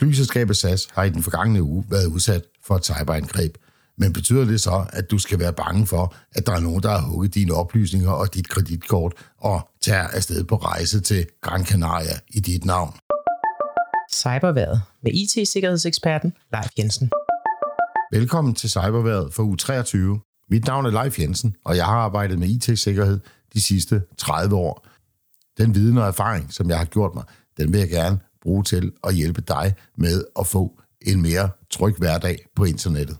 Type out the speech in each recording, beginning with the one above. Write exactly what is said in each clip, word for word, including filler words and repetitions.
Flyselskabet S A S har i den forgangne uge været udsat for et cyberangreb. Men betyder det så, at du skal være bange for, at der er nogen, der har hugget dine oplysninger og dit kreditkort og tager afsted på rejse til Gran Canaria i dit navn? Cyberværet med I T-sikkerhedseksperten Leif Jensen. Velkommen til Cyberværet for uge treogtyve. Mit navn er Leif Jensen, og jeg har arbejdet med I T-sikkerhed de sidste tredive år. Den viden og erfaring, som jeg har gjort mig, den vil jeg gerne bruge til at hjælpe dig med at få en mere tryg hverdag på internettet.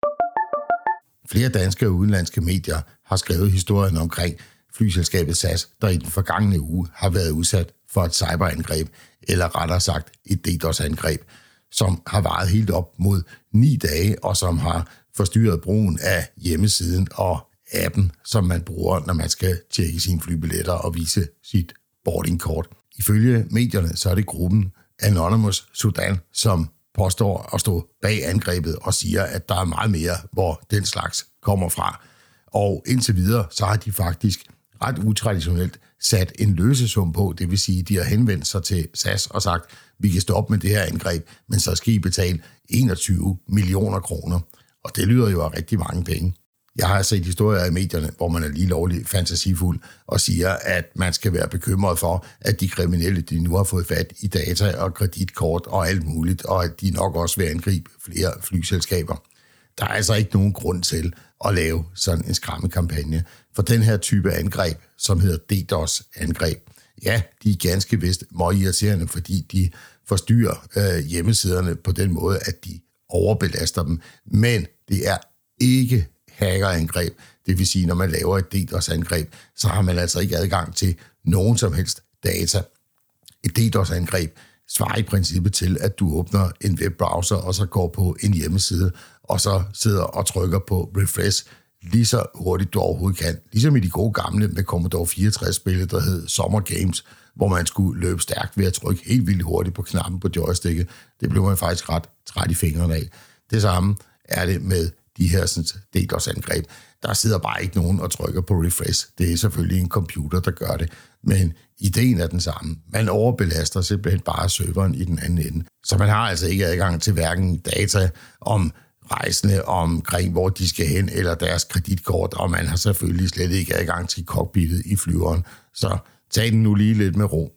Flere danske og udenlandske medier har skrevet historien omkring flyselskabet S A S, der i den forgangne uge har været udsat for et cyberangreb, eller rettere sagt et DDoS-angreb, som har varet helt op mod ni dage, og som har forstyrret brugen af hjemmesiden og appen, som man bruger, når man skal tjekke sine flybilletter og vise sit boardingkort. Ifølge medierne så er det gruppen Anonymous Sudan, som påstår at stå bag angrebet og siger, at der er meget mere, hvor den slags kommer fra. Og indtil videre, så har de faktisk ret utraditionelt sat en løsesum på, det vil sige, de har henvendt sig til S A S og sagt, vi kan stoppe med det her angreb, men så skal I betale enogtyve millioner kroner. Og det lyder jo af rigtig mange penge. Jeg har set historier i medierne, hvor man er lige lovligt fantasifuld og siger, at man skal være bekymret for, at de kriminelle de nu har fået fat i data og kreditkort og alt muligt, og at de nok også vil angribe flere flyselskaber. Der er altså ikke nogen grund til at lave sådan en skræmmekampagne. For den her type angreb, som hedder DDoS-angreb, ja, de er ganske vist meget irriterende, fordi de forstyrrer øh, hjemmesiderne på den måde, at de overbelaster dem. Men det er ikke hackerangreb. Det vil sige, når man laver et DDoS-angreb, så har man altså ikke adgang til nogen som helst data. Et DDoS-angreb svarer i princippet til, at du åbner en webbrowser, og så går på en hjemmeside, og så sidder og trykker på refresh lige så hurtigt du overhovedet kan. Ligesom i de gode gamle med Commodore fireogtres-spillet, der hed Summer Games, hvor man skulle løbe stærkt ved at trykke helt vildt hurtigt på knappen på joysticket. Det blev man faktisk ret træt i fingrene af. Det samme er det med de her sådan, DDoS-angreb. Der sidder bare ikke nogen og trykker på refresh. Det er selvfølgelig en computer, der gør det. Men ideen er den samme. Man overbelaster simpelthen bare serveren i den anden ende. Så man har altså ikke adgang til hverken data om rejsende, omkring hvor de skal hen, eller deres kreditkort, og man har selvfølgelig slet ikke adgang til cockpittet i flyveren. Så tag den nu lige lidt med ro.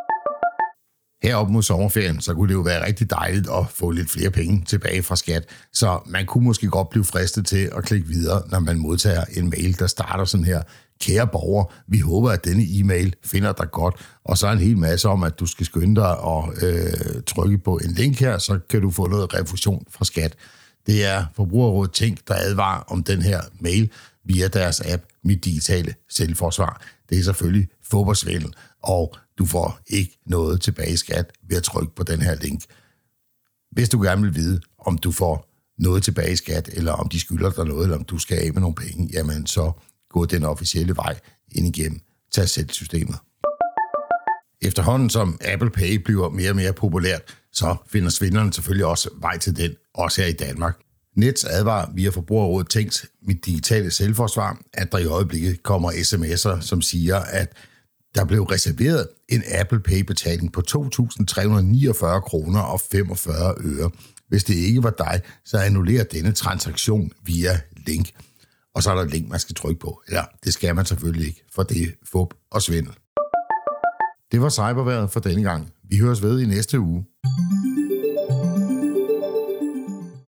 Herop mod sommerferien, så kunne det jo være rigtig dejligt at få lidt flere penge tilbage fra skat, så man kunne måske godt blive fristet til at klikke videre, når man modtager en mail, der starter sådan her: kære borger, vi håber, at denne e-mail finder dig godt, og så en hel masse om, at du skal skynde dig og øh, trykke på en link her, så kan du få noget refusion fra skat. Det er Forbrugerrådet Tænk, der advarer om den her mail via deres app Mit Digitale Selvforsvar. Det er selvfølgelig fodboldsvindel, og du får ikke noget tilbage i skat ved at trykke på den her link. Hvis du gerne vil vide, om du får noget tilbage i skat, eller om de skylder dig noget, eller om du skal af med nogle penge, jamen så gå den officielle vej ind igennem Tag Selv-systemet. Efterhånden som Apple Pay bliver mere og mere populært, så finder svindlerne selvfølgelig også vej til den, også her i Danmark. Nets advarer via Forbrugerrådet Tænks Mit Digitale Selvforsvar, at der i øjeblikket kommer sms'er, som siger, at der blev reserveret en Apple Pay-betaling på to tusind tre hundrede niogfyrre kroner og femogfyrre øre. Hvis det ikke var dig, så annullerer denne transaktion via link. Og så er der et link, man skal trykke på. Ja, det skal man selvfølgelig ikke, for det er fup og svindel. Det var cyberværet for denne gang. Vi høres ved i næste uge.